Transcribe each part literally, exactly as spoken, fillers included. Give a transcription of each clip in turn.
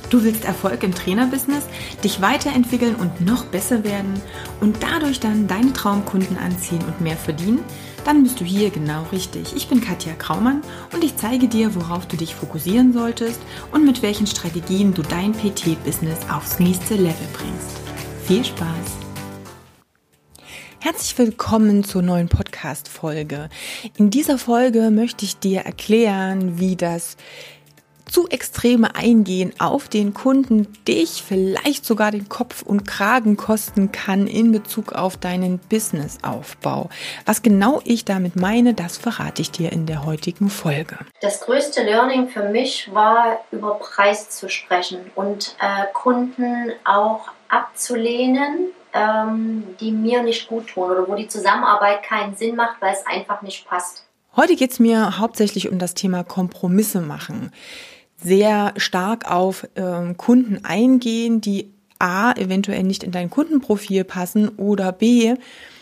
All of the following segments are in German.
Du willst Erfolg im Trainerbusiness, dich weiterentwickeln und noch besser werden und dadurch dann deine Traumkunden anziehen und mehr verdienen? Dann bist du hier genau richtig. Ich bin Katja Kraumann und ich zeige dir, worauf du dich fokussieren solltest und mit welchen Strategien du dein P T-Business aufs nächste Level bringst. Viel Spaß! Herzlich willkommen zur neuen Podcast-Folge. In dieser Folge möchte ich dir erklären, wie das zu extreme Eingehen auf den Kunden dich vielleicht sogar den Kopf und Kragen kosten kann in Bezug auf deinen Businessaufbau. Was genau ich damit meine, das verrate ich dir in der heutigen Folge. Das größte Learning für mich war, über Preis zu sprechen und äh, Kunden auch abzulehnen, ähm, die mir nicht gut tun oder wo die Zusammenarbeit keinen Sinn macht, weil es einfach nicht passt. Heute geht es mir hauptsächlich um das Thema Kompromisse machen. Sehr stark auf ähm, Kunden eingehen, die A, eventuell nicht in dein Kundenprofil passen oder B,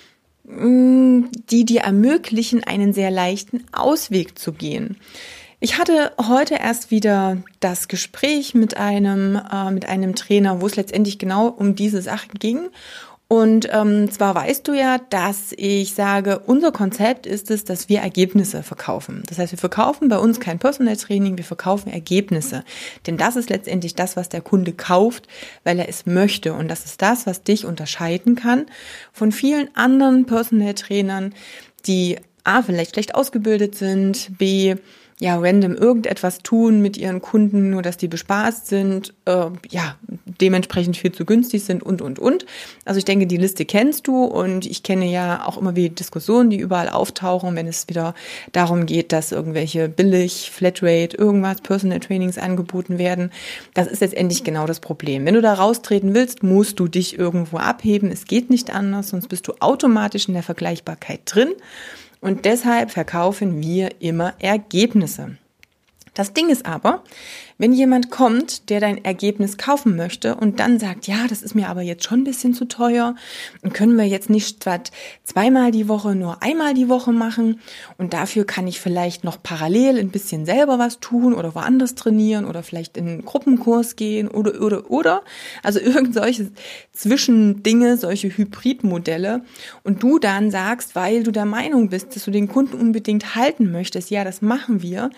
mh, die dir ermöglichen, einen sehr leichten Ausweg zu gehen. Ich hatte heute erst wieder das Gespräch mit einem, äh, mit einem Trainer, wo es letztendlich genau um diese Sachen ging. Und ähm, zwar weißt du ja, dass ich sage, unser Konzept ist es, dass wir Ergebnisse verkaufen. Das heißt, wir verkaufen bei uns kein Personal Training, wir verkaufen Ergebnisse. Denn das ist letztendlich das, was der Kunde kauft, weil er es möchte. Und das ist das, was dich unterscheiden kann von vielen anderen Personal Trainern, die A, vielleicht schlecht ausgebildet sind, B, ja, random irgendetwas tun mit ihren Kunden, nur dass die bespaßt sind, äh, ja, dementsprechend viel zu günstig sind und, und, und. Also ich denke, die Liste kennst du und ich kenne ja auch immer wieder Diskussionen, die überall auftauchen, wenn es wieder darum geht, dass irgendwelche billig, Flatrate, irgendwas, Personal Trainings angeboten werden. Das ist letztendlich genau das Problem. Wenn du da raustreten willst, musst du dich irgendwo abheben. Es geht nicht anders, sonst bist du automatisch in der Vergleichbarkeit drin. Und deshalb verkaufen wir immer Ergebnisse. Das Ding ist aber, wenn jemand kommt, der dein Ergebnis kaufen möchte und dann sagt, ja, das ist mir aber jetzt schon ein bisschen zu teuer und können wir jetzt nicht statt zweimal die Woche nur einmal die Woche machen und dafür kann ich vielleicht noch parallel ein bisschen selber was tun oder woanders trainieren oder vielleicht in einen Gruppenkurs gehen oder, oder, oder. Also irgend solche Zwischendinge, solche Hybridmodelle und du dann sagst, weil du der Meinung bist, dass du den Kunden unbedingt halten möchtest, ja, das machen wir,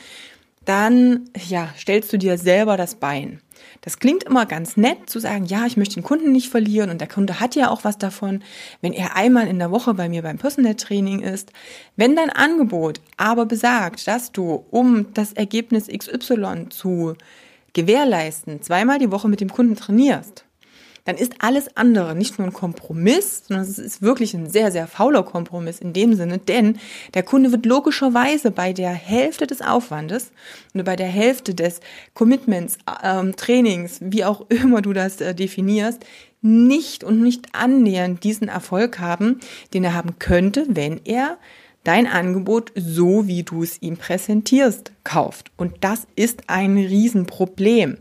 dann ja, stellst du dir selber das Bein. Das klingt immer ganz nett, zu sagen, ja, ich möchte den Kunden nicht verlieren und der Kunde hat ja auch was davon, wenn er einmal in der Woche bei mir beim Personal Training ist. Wenn dein Angebot aber besagt, dass du, um das Ergebnis X Y zu gewährleisten, zweimal die Woche mit dem Kunden trainierst, dann ist alles andere nicht nur ein Kompromiss, sondern es ist wirklich ein sehr, sehr fauler Kompromiss in dem Sinne, denn der Kunde wird logischerweise bei der Hälfte des Aufwandes und bei der Hälfte des Commitments, ähm, Trainings, wie auch immer du das äh, definierst, nicht und nicht annähernd diesen Erfolg haben, den er haben könnte, wenn er dein Angebot, so wie du es ihm präsentierst, kauft. Und das ist ein Riesenproblem.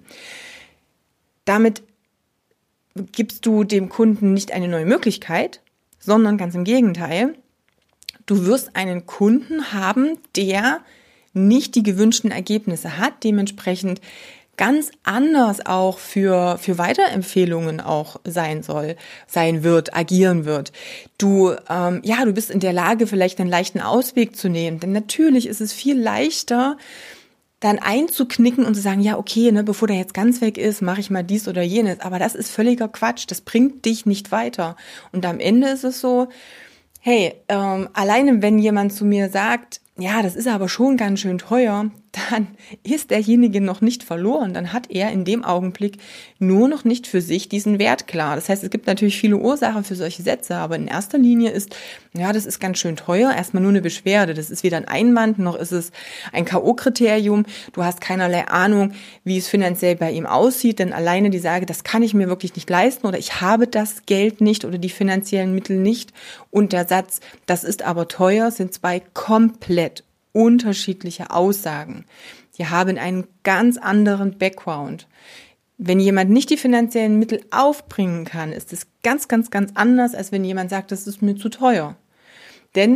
Damit gibst du dem Kunden nicht eine neue Möglichkeit, sondern ganz im Gegenteil. Du wirst einen Kunden haben, der nicht die gewünschten Ergebnisse hat, dementsprechend ganz anders auch für, für Weiterempfehlungen auch sein soll, sein wird, agieren wird. Du, ähm, ja, du bist in der Lage, vielleicht einen leichten Ausweg zu nehmen, denn natürlich ist es viel leichter, dann einzuknicken und zu sagen, ja, okay, ne, bevor der jetzt ganz weg ist, mache ich mal dies oder jenes. Aber das ist völliger Quatsch. Das bringt dich nicht weiter. Und am Ende ist es so, hey, ähm, alleine wenn jemand zu mir sagt, ja, das ist aber schon ganz schön teuer, dann ist derjenige noch nicht verloren. Dann hat er in dem Augenblick nur noch nicht für sich diesen Wert klar. Das heißt, es gibt natürlich viele Ursachen für solche Sätze, aber in erster Linie ist, ja, das ist ganz schön teuer, erstmal nur eine Beschwerde. Das ist weder ein Einwand, noch ist es ein K O-Kriterium. Du hast keinerlei Ahnung, wie es finanziell bei ihm aussieht, denn alleine die Sage, das kann ich mir wirklich nicht leisten oder ich habe das Geld nicht oder die finanziellen Mittel nicht und der Satz, das ist aber teuer, sind zwei komplett unterschiedliche Aussagen. Die haben einen ganz anderen Background. Wenn jemand nicht die finanziellen Mittel aufbringen kann, ist es ganz, ganz, ganz anders, als wenn jemand sagt, das ist mir zu teuer. Denn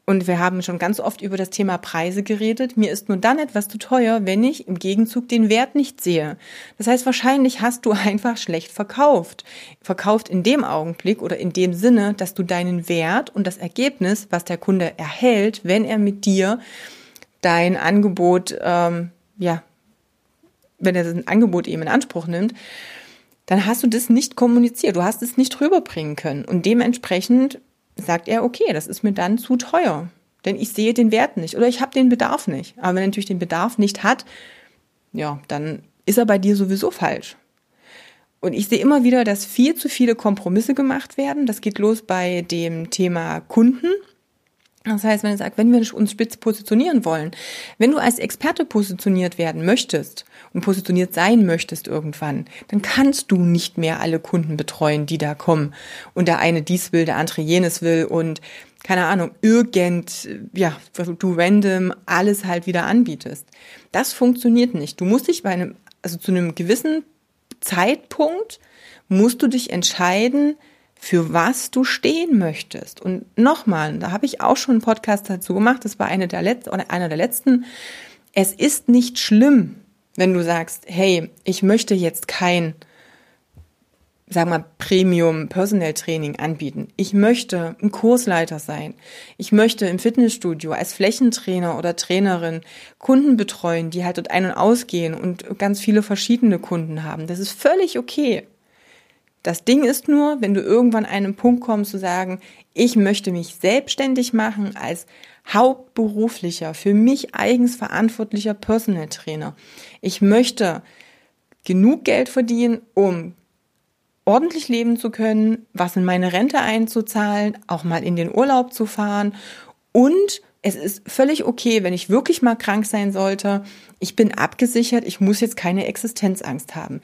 Und wir haben schon ganz oft über das Thema Preise geredet. Mir ist nur dann etwas zu teuer, wenn ich im Gegenzug den Wert nicht sehe. Das heißt, wahrscheinlich hast du einfach schlecht verkauft. Verkauft in dem Augenblick oder in dem Sinne, dass du deinen Wert und das Ergebnis, was der Kunde erhält, wenn er mit dir dein Angebot, ähm, ja, wenn er das Angebot eben in Anspruch nimmt, dann hast du das nicht kommuniziert. Du hast es nicht rüberbringen können. Und dementsprechend sagt er, okay, das ist mir dann zu teuer, denn ich sehe den Wert nicht oder ich habe den Bedarf nicht. Aber wenn er natürlich den Bedarf nicht hat, ja, dann ist er bei dir sowieso falsch. Und ich sehe immer wieder, dass viel zu viele Kompromisse gemacht werden. Das geht los bei dem Thema Kunden. Das heißt, wenn er sagt, wenn wir uns spitz positionieren wollen, wenn du als Experte positioniert werden möchtest und positioniert sein möchtest irgendwann, dann kannst du nicht mehr alle Kunden betreuen, die da kommen und der eine dies will, der andere jenes will und keine Ahnung, irgend, ja, du random alles halt wieder anbietest. Das funktioniert nicht. Du musst dich bei einem, also zu einem gewissen Zeitpunkt musst du dich entscheiden, für was du stehen möchtest. Und nochmal, da habe ich auch schon einen Podcast dazu gemacht, das war eine der letzten, oder einer der letzten. Es ist nicht schlimm, wenn du sagst, hey, ich möchte jetzt kein, sag mal, Premium Personal Training anbieten. Ich möchte ein Kursleiter sein. Ich möchte im Fitnessstudio als Flächentrainer oder Trainerin Kunden betreuen, die halt dort ein- und ausgehen und ganz viele verschiedene Kunden haben. Das ist völlig okay. Das Ding ist nur, wenn du irgendwann an einen Punkt kommst zu sagen, ich möchte mich selbstständig machen als hauptberuflicher, für mich eigens verantwortlicher Personal Trainer. Ich möchte genug Geld verdienen, um ordentlich leben zu können, was in meine Rente einzuzahlen, auch mal in den Urlaub zu fahren. Und es ist völlig okay, wenn ich wirklich mal krank sein sollte. Ich bin abgesichert, ich muss jetzt keine Existenzangst haben.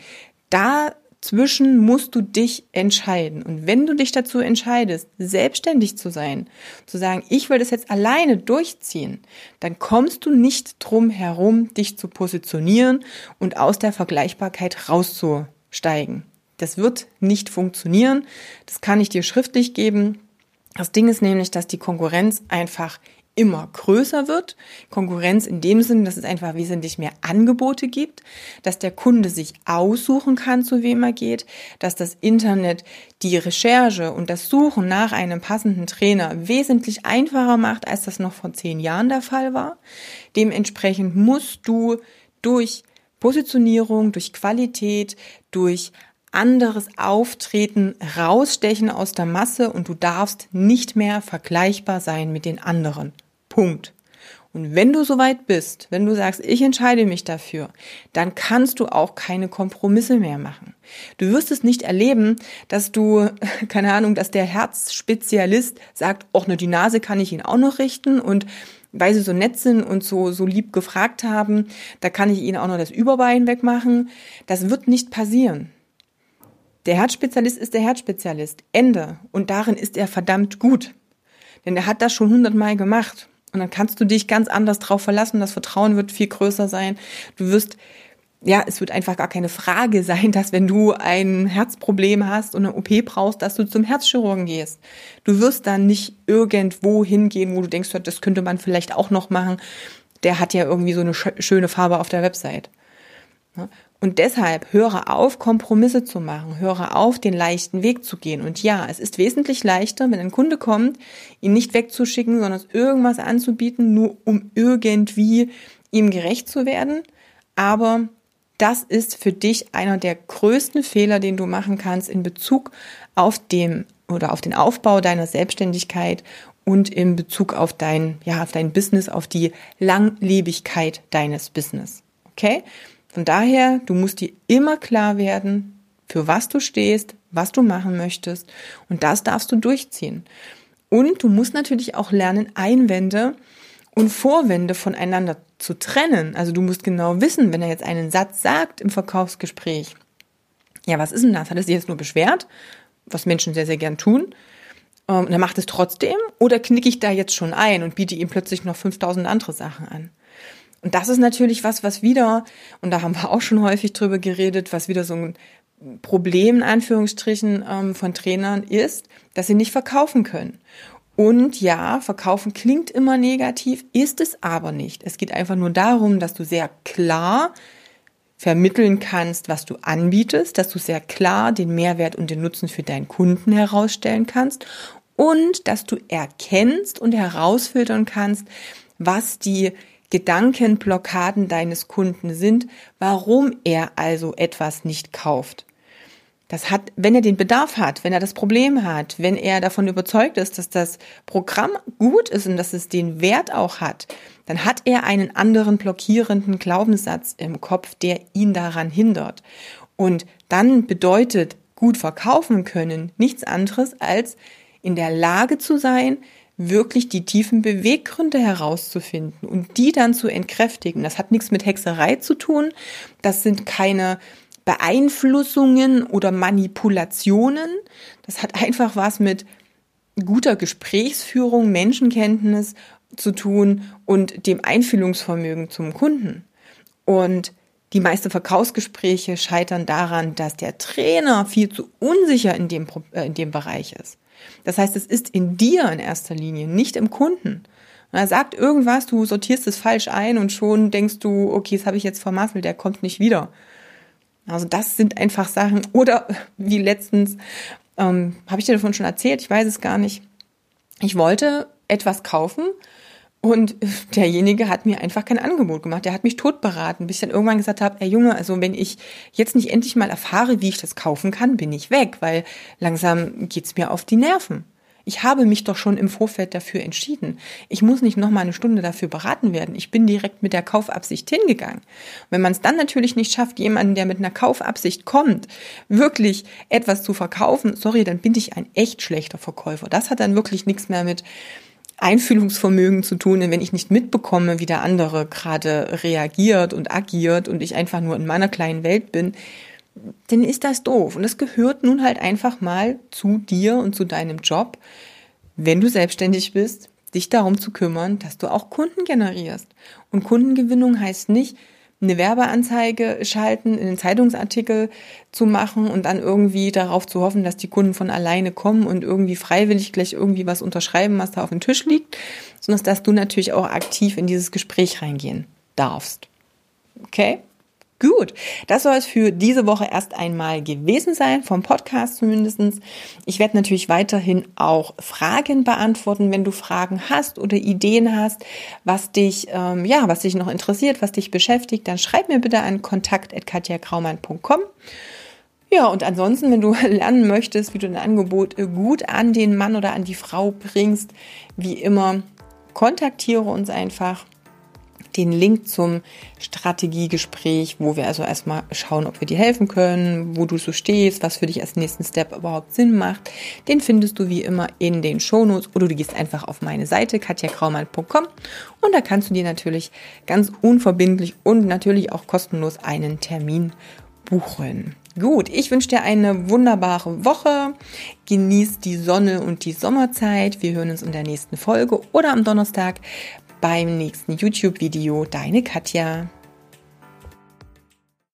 Da Zwischen musst du dich entscheiden. Und wenn du dich dazu entscheidest, selbstständig zu sein, zu sagen, ich will das jetzt alleine durchziehen, dann kommst du nicht drum herum, dich zu positionieren und aus der Vergleichbarkeit rauszusteigen. Das wird nicht funktionieren. Das kann ich dir schriftlich geben. Das Ding ist nämlich, dass die Konkurrenz einfach immer größer wird. Konkurrenz in dem Sinn, dass es einfach wesentlich mehr Angebote gibt, dass der Kunde sich aussuchen kann, zu wem er geht, dass das Internet die Recherche und das Suchen nach einem passenden Trainer wesentlich einfacher macht, als das noch vor zehn Jahren der Fall war. Dementsprechend musst du durch Positionierung, durch Qualität, durch anderes Auftreten rausstechen aus der Masse und du darfst nicht mehr vergleichbar sein mit den anderen. Punkt. Und wenn du soweit bist, wenn du sagst, ich entscheide mich dafür, dann kannst du auch keine Kompromisse mehr machen. Du wirst es nicht erleben, dass du, keine Ahnung, dass der Herzspezialist sagt, ach ne, die Nase kann ich Ihnen auch noch richten und weil sie so nett sind und so, so lieb gefragt haben, da kann ich Ihnen auch noch das Überbein wegmachen. Das wird nicht passieren. Der Herzspezialist ist der Herzspezialist. Ende. Und darin ist er verdammt gut. Denn er hat das schon hundertmal gemacht. Und dann kannst du dich ganz anders drauf verlassen. Das Vertrauen wird viel größer sein. Du wirst, ja, es wird einfach gar keine Frage sein, dass wenn du ein Herzproblem hast und eine O P brauchst, dass du zum Herzchirurgen gehst. Du wirst dann nicht irgendwo hingehen, wo du denkst, das könnte man vielleicht auch noch machen. Der hat ja irgendwie so eine schöne Farbe auf der Website. Und deshalb höre auf, Kompromisse zu machen, höre auf, den leichten Weg zu gehen. Und ja, es ist wesentlich leichter, wenn ein Kunde kommt, ihn nicht wegzuschicken, sondern irgendwas anzubieten, nur um irgendwie ihm gerecht zu werden. Aber das ist für dich einer der größten Fehler, den du machen kannst in Bezug auf den oder auf den Aufbau deiner Selbstständigkeit und in Bezug auf dein, ja, auf dein Business, auf die Langlebigkeit deines Business. Okay? Von daher, du musst dir immer klar werden, für was du stehst, was du machen möchtest und das darfst du durchziehen. Und du musst natürlich auch lernen, Einwände und Vorwände voneinander zu trennen. Also du musst genau wissen, wenn er jetzt einen Satz sagt im Verkaufsgespräch, ja, was ist denn das? Hat er sich jetzt nur beschwert, was Menschen sehr, sehr gern tun? Und er macht es trotzdem oder knicke ich da jetzt schon ein und biete ihm plötzlich noch fünftausend andere Sachen an? Und das ist natürlich was, was wieder, und da haben wir auch schon häufig drüber geredet, was wieder so ein Problem in Anführungsstrichen ähm, von Trainern ist, dass sie nicht verkaufen können. Und ja, verkaufen klingt immer negativ, ist es aber nicht. Es geht einfach nur darum, dass du sehr klar vermitteln kannst, was du anbietest, dass du sehr klar den Mehrwert und den Nutzen für deinen Kunden herausstellen kannst und dass du erkennst und herausfiltern kannst, was die Gedankenblockaden deines Kunden sind, warum er also etwas nicht kauft. Das hat, wenn er den Bedarf hat, wenn er das Problem hat, wenn er davon überzeugt ist, dass das Programm gut ist und dass es den Wert auch hat, dann hat er einen anderen blockierenden Glaubenssatz im Kopf, der ihn daran hindert. Und dann bedeutet gut verkaufen können nichts anderes als in der Lage zu sein, wirklich die tiefen Beweggründe herauszufinden und die dann zu entkräftigen. Das hat nichts mit Hexerei zu tun. Das sind keine Beeinflussungen oder Manipulationen. Das hat einfach was mit guter Gesprächsführung, Menschenkenntnis zu tun und dem Einfühlungsvermögen zum Kunden. Und die meisten Verkaufsgespräche scheitern daran, dass der Trainer viel zu unsicher in dem, äh, in dem Bereich ist. Das heißt, es ist in dir in erster Linie, nicht im Kunden. Und er sagt irgendwas, du sortierst es falsch ein und schon denkst du, okay, das habe ich jetzt vermasselt, der kommt nicht wieder. Also das sind einfach Sachen, oder wie letztens, ähm, habe ich dir davon schon erzählt, ich weiß es gar nicht. Ich wollte etwas kaufen und derjenige hat mir einfach kein Angebot gemacht. Der hat mich totberaten, bis ich dann irgendwann gesagt habe, ey Junge, also wenn ich jetzt nicht endlich mal erfahre, wie ich das kaufen kann, bin ich weg, weil langsam geht's mir auf die Nerven. Ich habe mich doch schon im Vorfeld dafür entschieden. Ich muss nicht noch mal eine Stunde dafür beraten werden. Ich bin direkt mit der Kaufabsicht hingegangen. Wenn man es dann natürlich nicht schafft, jemanden, der mit einer Kaufabsicht kommt, wirklich etwas zu verkaufen, sorry, dann bin ich ein echt schlechter Verkäufer. Das hat dann wirklich nichts mehr mit Einfühlungsvermögen zu tun, denn wenn ich nicht mitbekomme, wie der andere gerade reagiert und agiert und ich einfach nur in meiner kleinen Welt bin, dann ist das doof. Und das gehört nun halt einfach mal zu dir und zu deinem Job, wenn du selbstständig bist, dich darum zu kümmern, dass du auch Kunden generierst. Und Kundengewinnung heißt nicht, eine Werbeanzeige schalten, einen Zeitungsartikel zu machen und dann irgendwie darauf zu hoffen, dass die Kunden von alleine kommen und irgendwie freiwillig gleich irgendwie was unterschreiben, was da auf dem Tisch liegt, sondern dass du natürlich auch aktiv in dieses Gespräch reingehen darfst. Okay? Gut, das soll es für diese Woche erst einmal gewesen sein, vom Podcast zumindest. Ich werde natürlich weiterhin auch Fragen beantworten, wenn du Fragen hast oder Ideen hast, was dich, ähm, ja, was dich noch interessiert, was dich beschäftigt, dann schreib mir bitte an kontakt at katja kraumann punkt com. Ja, und ansonsten, wenn du lernen möchtest, wie du ein Angebot gut an den Mann oder an die Frau bringst, wie immer, kontaktiere uns einfach. Den Link zum Strategiegespräch, wo wir also erstmal schauen, ob wir dir helfen können, wo du so stehst, was für dich als nächsten Step überhaupt Sinn macht, den findest du wie immer in den Shownotes oder du gehst einfach auf meine Seite katja kraumann punkt com und da kannst du dir natürlich ganz unverbindlich und natürlich auch kostenlos einen Termin buchen. Gut, ich wünsche dir eine wunderbare Woche. Genieß die Sonne und die Sommerzeit. Wir hören uns in der nächsten Folge oder am Donnerstag beim nächsten YouTube-Video. Deine Katja.